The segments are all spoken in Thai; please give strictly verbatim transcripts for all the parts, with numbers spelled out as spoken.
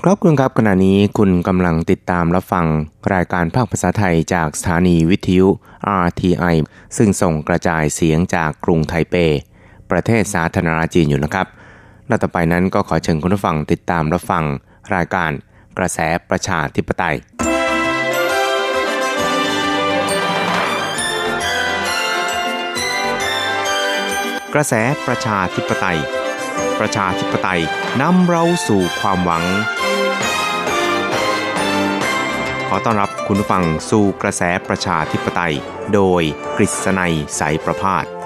ครับคุณครับขณะนี้คุณกำลังติดตามรับฟังรายการภาคภาษาไทยจากสถานีวิทยุ อาร์ ที ไอ ซึ่งส่งกระจายเสียงจากกรุงไทเปประเทศสาธารณรัฐจีนอยู่นะครับและต่อไปนั้นก็ขอเชิญคุณผู้ฟังติดตามรับฟังรายการกระแสประชาธิปไตยกระแสประชาธิปไตยประชาธิปไตยนำเราสู่ความหวังขอต้อนรับคุณผู้ฟังสู่กระแสประชาธิปไตยโดยกฤษณัยสายประภาส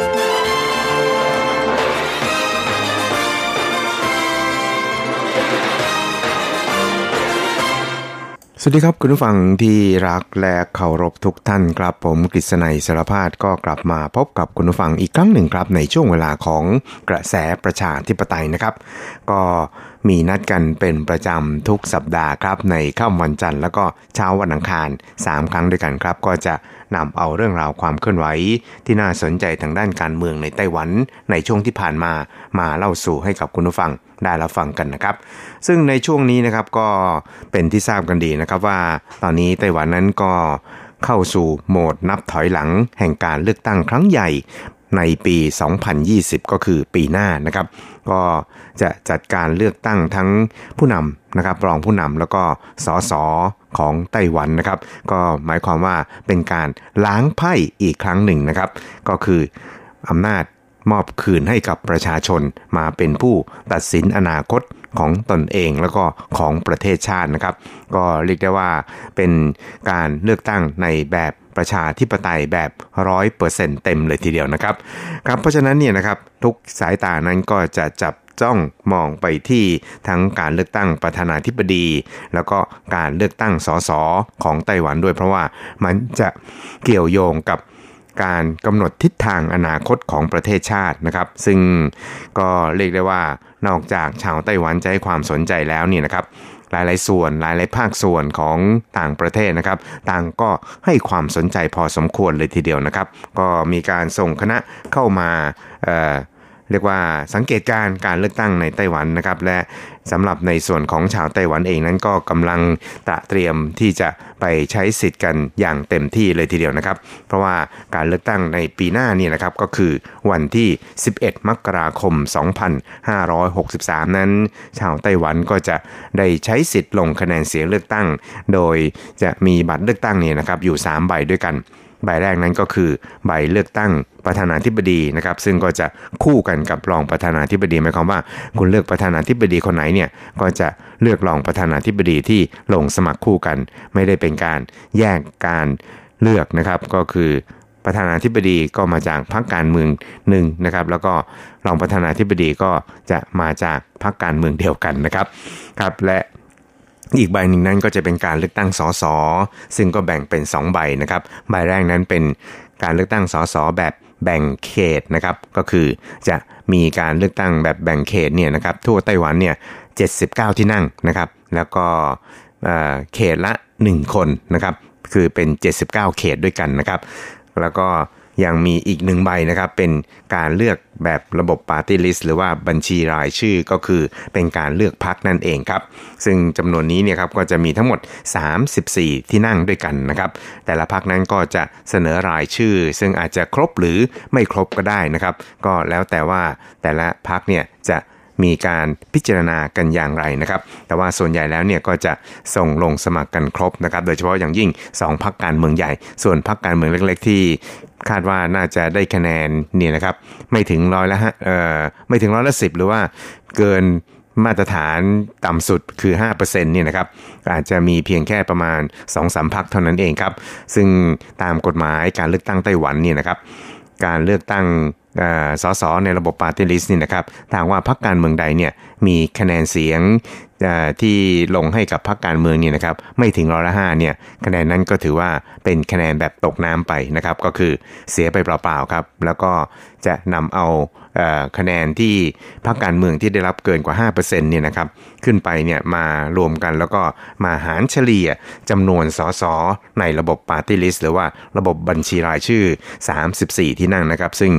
สวัสดีครับคุณผู้ฟังที่รักและเคารพทุกท่านครับผมกฤษณัยสารพาสก็กลับมาพบกับคุณผู้ฟังอีกครั้งหนึ่งครับในช่วงเวลาของกระแสประชาธิปไตยนะครับก็มีนัดกันเป็นประจำทุกสัปดาห์ครับในค่ำวันจันทร์แล้วก็เช้าวันอังคารสามครั้งด้วยกันครับก็จะนำเอาเรื่องราวความเคลื่อนไหวที่น่าสนใจทางด้านการเมืองในไต้หวันในช่วงที่ผ่านมามาเล่าสู่ให้กับคุณผู้ฟังได้รับฟังกันนะครับซึ่งในช่วงนี้นะครับก็เป็นที่ทราบกันดีนะครับว่าตอนนี้ไต้หวันนั้นก็เข้าสู่โหมดนับถอยหลังแห่งการเลือกตั้งครั้งใหญ่ในปีสองพันยี่สิบก็คือปีหน้านะครับก็จะจัดการเลือกตั้งทั้งผู้นำนะครับรองผู้นำแล้วก็สสของไต้หวันนะครับก็หมายความว่าเป็นการล้างไพ่อีกครั้งหนึ่งนะครับก็คืออำนาจมอบคืนให้กับประชาชนมาเป็นผู้ตัดสินอนาคตของตนเองแล้วก็ของประเทศชาตินะครับก็เรียกได้ว่าเป็นการเลือกตั้งในแบบประชาธิปไตยแบบ ร้อยเปอร์เซ็นต์ เต็มเลยทีเดียวนะครับครับเพราะฉะนั้นเนี่ยนะครับทุกสายตานั้นก็จะจับจ้องมองไปที่ทั้งการเลือกตั้งประธานาธิบดีแล้วก็การเลือกตั้งสสของไต้หวันด้วยเพราะว่ามันจะเกี่ยวโยงกับการกำหนดทิศทางอนาคตของประเทศชาตินะครับซึ่งก็เรียกได้ว่านอกจากชาวไต้หวันจะให้ความสนใจแล้วเนี่ยนะครับหลายๆส่วนหลายๆภาคส่วนของต่างประเทศนะครับต่างก็ให้ความสนใจพอสมควรเลยทีเดียวนะครับก็มีการส่งคณะเข้ามาเอ่อเรียกว่าสังเกตการการเลือกตั้งในไต้หวันนะครับและสำหรับในส่วนของชาวไต้หวันเองนั้นก็กำลังตระเตรียมที่จะไปใช้สิทธิ์กันอย่างเต็มที่เลยทีเดียวนะครับเพราะว่าการเลือกตั้งในปีหน้านี่นะครับก็คือวันที่สิบเอ็ดมกราคมสองพันห้าร้อยหกสิบสามนั้นชาวไต้หวันก็จะได้ใช้สิทธิ์ลงคะแนนเสียงเลือกตั้งโดยจะมีบัตรเลือกตั้งเนี่ยนะครับอยู่สามใบด้วยกันใบแรกนั้นก็คือใบเลือกตั้งประธานาธิบดีนะครับซึ่งก็จะคู่กันกับรองประธานาธิบดีหมายความว่าคุณเลือกประธานาธิบดีคนไหนเนี่ยก็จะเลือกรองประธานาธิบดีที่ลงสมัครคู่กันไม่ได้เป็นการแยกการเลือกนะครับก็คือประธานาธิบดีก็มาจากพรรคการเมืองหนึ่งนะครับแล้วก็รองประธานาธิบดีก็จะมาจากพรรคการเมืองเดียวกันนะครับครับและอีกใบหนึ่งนั้นก็จะเป็นการเลือกตั้งสสซึ่งก็แบ่งเป็นสองใบนะครับใบแรกนั้นเป็นการเลือกตั้งสสแบบแบ่งเขตนะครับก็คือจะมีการเลือกตั้งแบบแบ่งเขตเนี่ยนะครับทั่วไต้หวันเนี่ยเจ็ดสิบเก้าที่นั่งนะครับแล้วก็เขตละหนึ่งคนนะครับคือเป็นเจ็ดสิบเก้าเขตด้วยกันนะครับแล้วก็ยังมีอีกหนึ่งใบนะครับเป็นการเลือกแบบระบบปาร์ตี้ลิสต์หรือว่าบัญชีรายชื่อก็คือเป็นการเลือกพรรคนั่นเองครับซึ่งจำนวนนี้เนี่ยครับก็จะมีทั้งหมดสามสิบสี่ที่นั่งด้วยกันนะครับแต่ละพรรคนั้นก็จะเสนอรายชื่อซึ่งอาจจะครบหรือไม่ครบก็ได้นะครับก็แล้วแต่ว่าแต่ละพรรคเนี่ยจะมีการพิจารณากันอย่างไรนะครับแต่ว่าส่วนใหญ่แล้วเนี่ยก็จะส่งลงสมัครกันครบนะครับโดยเฉพาะอย่างยิ่งสองพรรคการเมืองใหญ่ส่วนพรรคการเมืองเล็กๆที่คาดว่าน่าจะได้คะแนนเนี่ยนะครับไม่ถึงร้อยละเอ่อไม่ถึงร้อยละสิบหรือว่าเกินมาตรฐานต่ำสุดคือ ห้าเปอร์เซ็นต์ เนี่ยนะครับอาจจะมีเพียงแค่ประมาณ สองถึงสาม พรรคเท่านั้นเองครับซึ่งตามกฎหมายการเลือกตั้งไต้หวันเนี่ยนะครับการเลือกตั้งสสในระบบปาร์ตี้ลิสต์นี่นะครับถ้าว่าพรรคการเมืองใดเนี่ยมีคะแนนเสียงที่ลงให้กับพรรคการเมืองเนี่ยนะครับไม่ถึงร้อยละห้าเนี่ยคะแนนนั้นก็ถือว่าเป็นคะแนนแบบตกน้ำไปนะครับก็คือเสียไปเปล่าๆครับแล้วก็จะนำเอาคะแนนที่พรรคการเมืองที่ได้รับเกินกว่า ห้าเปอร์เซ็นต์ เนี่ยนะครับขึ้นไปเนี่ยมารวมกันแล้วก็มาหารเฉลี่ยจำนวนสสในระบบปาร์ตี้ลิสต์หรือว่าระบบบัญชีรายชื่อสามสิบสี่ที่นั่งนะครับซึ่งโดย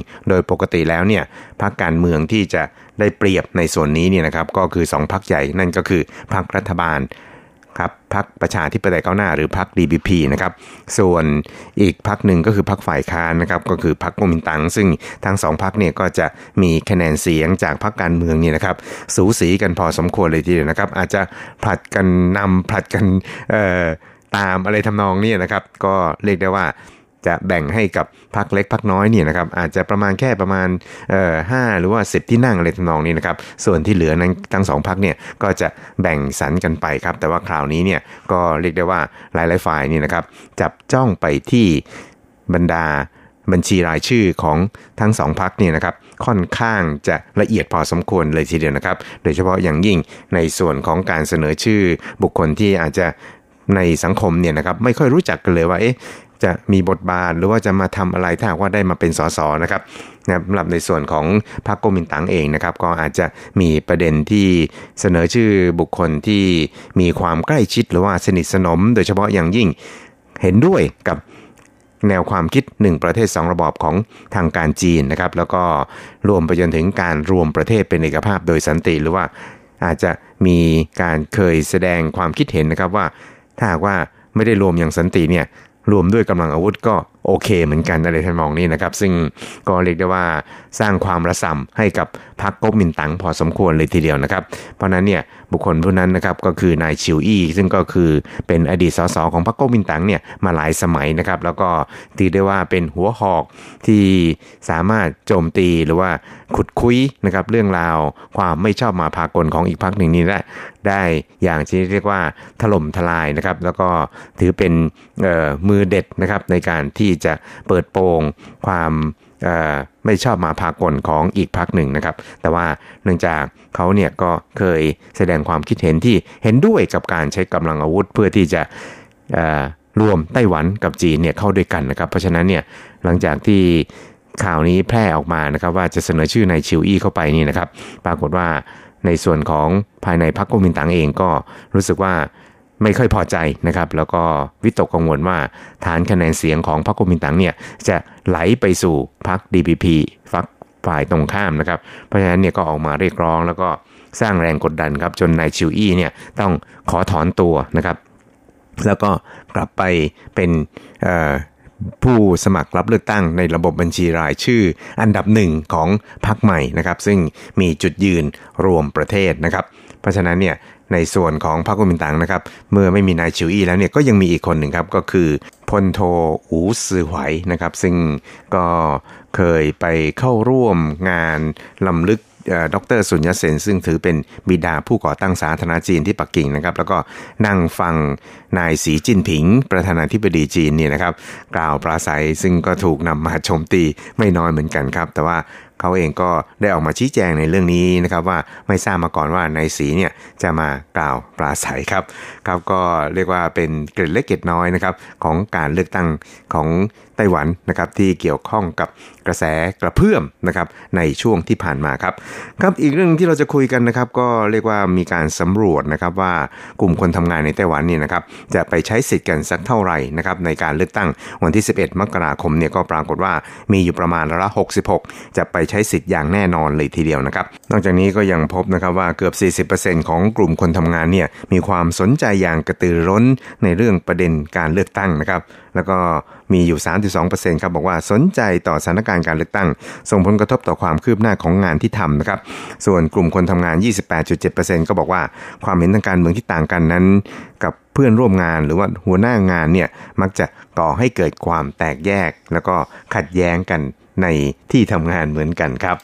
ยปกติแล้วเนี่ยพรรคการเมืองที่จะได้เปรียบในส่วนนี้เนี่ยนะครับก็คือสองพรรคใหญ่นั่นก็คือพรรครัฐบาลครับพรรคประชาธิปไตยก้าวหน้าหรือพรรค ดี บี พี นะครับส่วนอีกพรรคหนึ่งก็คือพรรคฝ่ายค้านนะครับก็คือพรรคก๊กมินตั๋งซึ่งทั้งสองพรรคเนี่ยก็จะมีคะแนนเสียงจากพรรคการเมืองนี่นะครับสูสีกันพอสมควรเลยทีเดียวนะครับอาจจะผลัดกันนำผลัดกันเอ่อตามอะไรทำนองนี้นะครับก็เรียกได้ว่าจะแบ่งให้กับพรรคเล็กพรรคน้อยเนี่ยนะครับอาจจะประมาณแค่ประมาณเอ่อห้าหรือว่าสิบที่นั่งอะไรทำนองนี้นะครับส่วนที่เหลือนั้นทั้งสองพรรคเนี่ยก็จะแบ่งสรรกันไปครับแต่ว่าคราวนี้เนี่ยก็เรียกได้ว่าหลายๆฝ่ายนี่นะครับจับจ้องไปที่บรรดาบัญชีรายชื่อของทั้งสองพรรคเนี่ยนะครับค่อนข้างจะละเอียดพอสมควรเลยทีเดียวนะครับโดยเฉพาะอย่างยิ่งในส่วนของการเสนอชื่อบุคคลที่อาจจะในสังคมเนี่ยนะครับไม่ค่อยรู้จักกันเลยว่าเอ๊ะจะมีบทบาทหรือว่าจะมาทำอะไรถ้าหากว่าได้มาเป็นสสนะครับสำหรับในส่วนของพรรคก๊กมินตั๋งเองนะครับก็อาจจะมีประเด็นที่เสนอชื่อบุคคลที่มีความใกล้ชิดหรือว่าสนิทสนมโดยเฉพาะอย่างยิ่งเห็นด้วยกับแนวความคิดหนึ่งประเทศสองระบอบของทางการจีนนะครับแล้วก็รวมไปจนถึงการรวมประเทศเป็นเอกภาพโดยสันติหรือว่าอาจจะมีการเคยแสดงความคิดเห็นนะครับว่าถ้าหากว่าไม่ได้รวมอย่างสันติเนี่ยรวมด้วยกำลังอาวุธก็โอเคเหมือนกันอะไรทำนองนี้นะครับซึ่งก็เรียกได้ว่าสร้างความระส่ำให้กับพรรคก๊กมินตั๋งพอสมควรเลยทีเดียวนะครับเพราะนั้นเนี่ยบุคคลผู้นั้นนะครับก็คือนายชิวอี้ซึ่งก็คือเป็นอดีตสสของพรรคก๊กมินตั๋งเนี่ยมาหลายสมัยนะครับแล้วก็ถือได้ว่าเป็นหัวหอกที่สามารถโจมตีหรือว่าขุดคุยนะครับเรื่องราวความไม่ชอบมาพากลของอีกพรรคหนึ่งนี้ได้ได้อย่างที่เรียกว่าถล่มทลายนะครับแล้วก็ถือเป็นเอ่อมือเด็ดนะครับในการที่จะเปิดโปงความไม่ชอบมาพากลของอีกพรรคหนึ่งนะครับแต่ว่าเนื่องจากเขาเนี่ยก็เคยแสดงความคิดเห็นที่เห็นด้วยกับการใช้กำลังอาวุธเพื่อที่จะรวมไต้หวันกับจีนเนี่ยเข้าด้วยกันนะครับเพราะฉะนั้นเนี่ยหลังจากที่ข่าวนี้แพร่ออกมานะครับว่าจะเสนอชื่อนายชิวอี้เข้าไปนี่นะครับปรากฏว่าในส่วนของภายในพรรคก๊กมินตั๋งเองก็รู้สึกว่าไม่ค่อยพอใจนะครับแล้วก็วิตกกังวลว่าฐานคะแนนเสียงของพรรคก๊กมินตั๋งเนี่ยจะไหลไปสู่พรรค ดี บี พี พรรคฝ่ายตรงข้ามนะครับเพราะฉะนั้นเนี่ยก็ออกมาเรียกร้องแล้วก็สร้างแรงกดดันครับจนนายชิวอี้เนี่ยต้องขอถอนตัวนะครับแล้วก็กลับไปเป็นผู้สมัครรับเลือกตั้งในระบบบัญชีรายชื่ออันดับหนึ่งของพรรคใหม่นะครับซึ่งมีจุดยืนรวมประเทศนะครับเพราะฉะนั้นเนี่ยในส่วนของพรรคก๊กมินตั๋งนะครับเมื่อไม่มีนายชิวอี้แล้วเนี่ยก็ยังมีอีกคนหนึ่งครับก็คือพลโทอู๋ซือหวยนะครับซึ่งก็เคยไปเข้าร่วมงานรำลึกดร.ซุนยัตเซนซึ่งถือเป็นบิดาผู้ก่อตั้งสาธารณรัฐจีนที่ปักกิ่งนะครับแล้วก็นั่งฟังนายสีจิ้นผิงประธานาธิบดีจีนเนี่ยนะครับกล่าวปราศัยซึ่งก็ถูกนำมาโจมตีไม่น้อยเหมือนกันครับแต่ว่าเขาเองก็ได้ออกมาชี้แจงในเรื่องนี้นะครับว่าไม่ทราบมาก่อนว่านายสีเนี่ยจะมากล่าวปราศัยครับครับก็เรียกว่าเป็นเกร็ดเล็กเกร็ดน้อยนะครับของการเลือกตั้งของไต้หวันนะครับที่เกี่ยวข้องกับกระแสกระเพื่อมนะครับในช่วงที่ผ่านมาครับครับอีกเรื่องที่เราจะคุยกันนะครับก็เรียกว่ามีการสำรวจนะครับว่ากลุ่มคนทำงานในไต้หวันเนี่ยนะครับจะไปใช้สิทธิ์กันสักเท่าไหร่นะครับในการเลือกตั้งวันที่สิบเอ็ดมกราคมเนี่ยก็ปรากฏว่ามีอยู่ประมาณละหกสิบหกจะไปใช้สิทธิ์อย่างแน่นอนเลยทีเดียวนะครับนอกจากนี้ก็ยังพบนะครับว่าเกือบ สี่สิบเปอร์เซ็นต์ ของกลุ่มคนทำงานเนี่ยมีความสนใจอย่างกระตือร้นในเรื่องประเด็นการเลือกตั้งนะครับแล้วก็มีอยู่ สามสิบสองเปอร์เซ็นต์ ครับบอกว่าสนใจต่อสถานการณ์การเลือกตั้งส่งผลกระทบต่อความคืบหน้าของงานที่ทำนะครับส่วนกลุ่มคนทำงาน ยี่สิบแปดจุดเจ็ดเปอร์เซ็นต์ ก็บอกว่าความเห็นทางการเมืองที่ต่างกันนั้นกับเพื่อนร่วมงานหรือว่าหัวหน้างานเนี่ยมักจะก่อให้เกิดความแตกแยกแล้วก็ขัดแย้งกันในที่ทำงานเหมือนกันครับ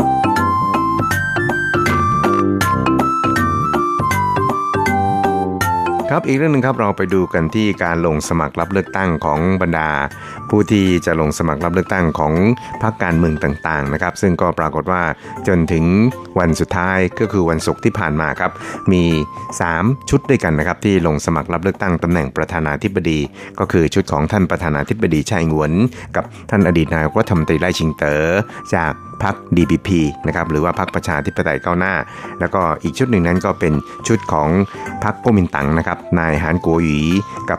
ครับอีกเรื่องนึงครับเราไปดูกันที่การลงสมัครรับเลือกตั้งของบรรดาผู้ที่จะลงสมัครรับเลือกตั้งของพรรคการเมืองต่างๆนะครับซึ่งก็ปรากฏว่าจนถึงวันสุดท้ายก็คือวันศุกร์ที่ผ่านมาครับมีสามชุดด้วยกันนะครับที่ลงสมัครรับเลือกตั้งตำแหน่งประธานาธิบดีก็คือชุดของท่านประธานาธิบดีไช่อิงเหวินกับท่านอดีตนายกรัฐมนตรีไล่ชิงเต๋อจากพรรค ดี บี พี นะครับหรือว่าพรรคประชาธิปไตยก้าวหน้าแล้วก็อีกชุดหนึ่งนั้นก็เป็นชุดของพรรคก๊กมินตั๋งนะครับนายหานกัวหยีกับ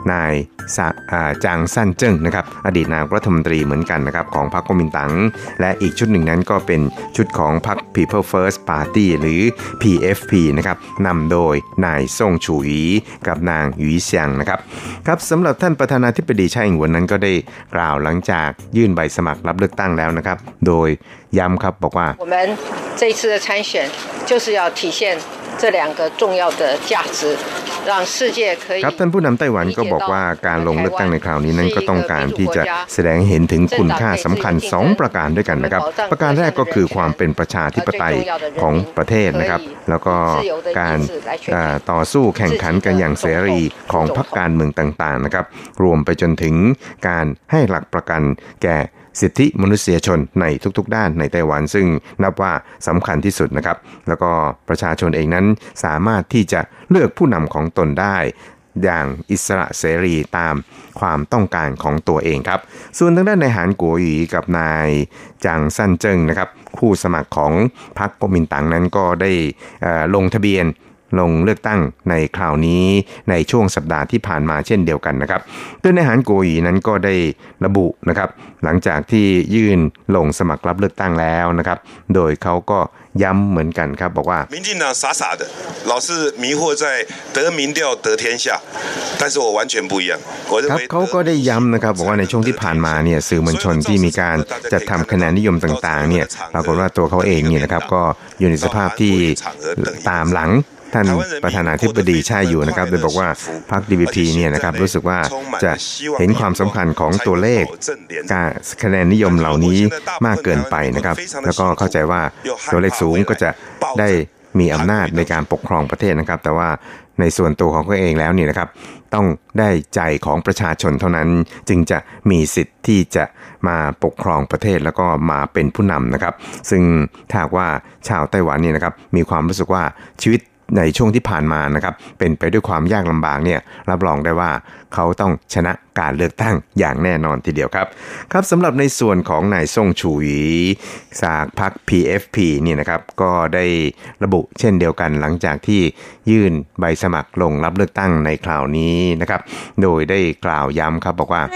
นายจางซั่นเจิ้งนะครับอดีตนายกรัฐมนตรีเหมือนกันนะครับของพรรคก๊กมินตั๋งและอีกชุดหนึ่งนั้นก็เป็นชุดของพรรค People First Party หรือ พี เอฟ พี นะครับนำโดยนายซ่งฉูอีกับนางหยุยเซียงนะครับครับสำหรับท่านประธานาธิบดีไช่อิงหวนนั้นก็ได้กล่าวหลังจากยื่นใบสมัครรับเลือกตั้งแล้วนะครับโดยย้ำครับบอกว่า我们这一次的参选就是要体现这两个重要的价值让世界可以ครับท่านผู้นำไต้หวันก็บอกว่าการลงเลือกตั้งในคราวนี้นั้นก็ต้องการที่จะแสดงเห็นถึงคุณค่าสำคัญสองประการด้วยกันนะครับประการแรกก็คือความเป็นประชาธิปไตยของประเทศนะครับแล้วก็การต่อสู้แข่งขันกันอย่างเสรีของพรรคการเมืองต่างๆนะครับรวมไปจนถึงการให้หลักประกันแก่สิทธิมนุษยชนในทุกๆด้านในไต้หวันซึ่งนับว่าสำคัญที่สุดนะครับแล้วก็ประชาชนเองนั้นสามารถที่จะเลือกผู้นำของตนได้อย่างอิสระเสรีตามความต้องการของตัวเองครับส่วนทางด้านนายหานกัวหยีกับนายจางซั่นเจิ้งนะครับผู้สมัครของพรรคก๊กมินตั๋งนั้นก็ได้ลงทะเบียนลงเลือกตั้งในคราวนี้ในช่วงสัปดาห์ที่ผ่านมาเช่นเดียวกันนะครับโดยนายหานกัวหยีนั้นก็ได้ระบุนะครับหลังจากที่ยื่นลงสมัครรับเลือกตั้งแล้วนะครับโดยเขาก็ย้ำเหมือนกันครับบอกว่า民进党傻傻的老是迷惑在得民调得天下但是我完全不一样ครับเขาก็ได้ย้ำนะครับบอกว่าในช่วงที่ผ่านมาเนี่ยสื่อมวลชนที่มีการจัดทำคะแนนนิยมต่างๆเนี่ยปรากฏว่าตัวเขาเองเนี่ยนะครับก็อยู่ในสภาพที่ตามหลังท่านประธานาธิบดีไช่อยู่นะครับโดยบอกว่าพรรค ดี พี พี เนี่ยนะครับรู้สึกว่าจะเห็นความสำคัญของตัวเลขการคะแนนนิยมเหล่านี้มากเกินไปนะครับแล้วก็เข้าใจว่าตัวเลขสูงก็จะได้มีอำนาจในการปกครองประเทศนะครับแต่ว่าในส่วนตัวของเขาเองแล้วเนี่ยนะครับต้องได้ใจของประชาชนเท่านั้นจึงจะมีสิทธิ์ที่จะมาปกครองประเทศแล้วก็มาเป็นผู้นำนะครับซึ่งถ้าว่าชาวไต้หวันเนี่ยนะครับมีความรู้สึกว่าชีวิตในช่วงที่ผ่านมานะครับเป็นไปด้วยความยากลำบากเนี่ยรับรองได้ว่าเขาต้องชนะการเลือกตั้งอย่างแน่นอนทีเดียวครับครับสำหรับในส่วนของนายซ่งฉูอีจากพรรค พี เอฟ พี เนี่ยนะครับก็ได้ระบุเช่นเดียวกันหลังจากที่ยื่นใบสมัครลงรับเลือกตั้งในคราวนี้นะครับโดยได้กล่าวย้ำครับบอกว่า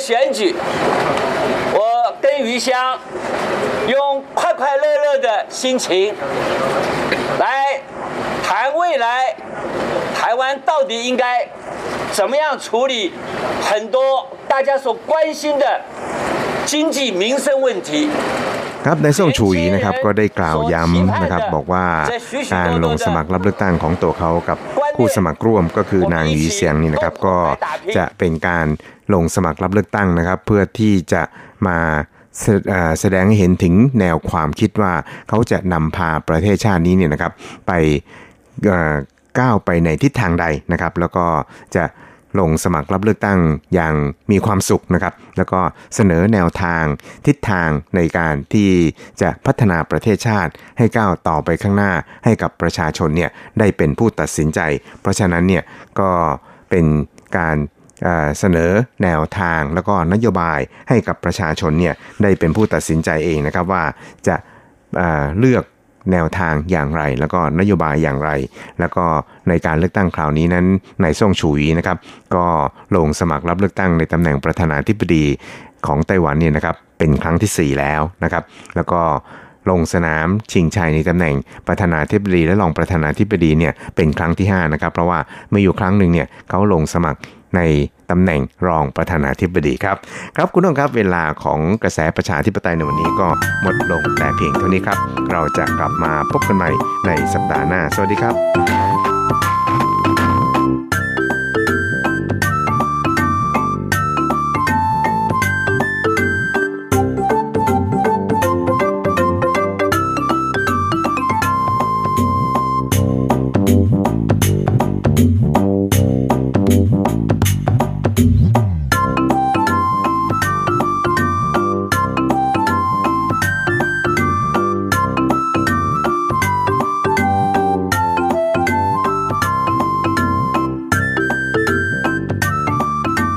跟余香用快快乐乐的心情来谈未来台湾到底应该怎么样处理很多大家所关心的经济民生问题ครับนายซ่งฉูอีนะครับก็ได้กล่าวย้ำนะครับบอกว่าการลงสมัครรับเลือกตั้งของตัวเขากับผู้สมัครร่วมก็คือนางหยีเซียงนี่นะครับก็จะเป็นการลงสมัครรับเลือกตั้งนะครับเพื่อที่จะมาแสดงให้เห็นถึงแนวความคิดว่าเขาจะนำพาประเทศชาตินี้เนี่ยนะครับไปก้าวไปในทิศทางใดนะครับแล้วก็จะลงสมัครรับเลือกตั้งอย่างมีความสุขนะครับแล้วก็เสนอแนวทางทิศทางในการที่จะพัฒนาประเทศชาติให้ก้าวต่อไปข้างหน้าให้กับประชาชนเนี่ยได้เป็นผู้ตัดสินใจเพราะฉะนั้นเนี่ยก็เป็นการเสนอแนวทางแล้วก็นโยบายให้กับประชาชนเนี่ยได้เป็นผู้ตัดสินใจเองนะครับว่าจะเลือกแนวทางอย่างไรแล้วก็นโยบายอย่างไรแล้วก็ในการเลือกตั้งคราวนี้นั้นนายซ่งฉูอีนะครับก็ลงสมัครรับเลือกตั้งในตำแหน่งประธานาธิบดีของไต้หวันเนี่ยนะครับเป็นครั้งที่สี่แล้วนะครับแล้วก็ลงสนามชิงชัยในตำแหน่งประธานาธิบดีและรองประธานาธิบดีเนี่ยเป็นครั้งที่ห้านะครับเพราะว่าเมื่ออยู่ครั้งหนึ่งเนี่ยเขาลงสมัครในตำแหน่งรองประธานาธิบดีครับครับคุณผู้ชมครับเวลาของกระแสประชาธิปไตยในวันนี้ก็หมดลงแต่เพียงเท่านี้ครับเราจะกลับมาพบกันใหม่ในสัปดาห์หน้าสวัสดีครับ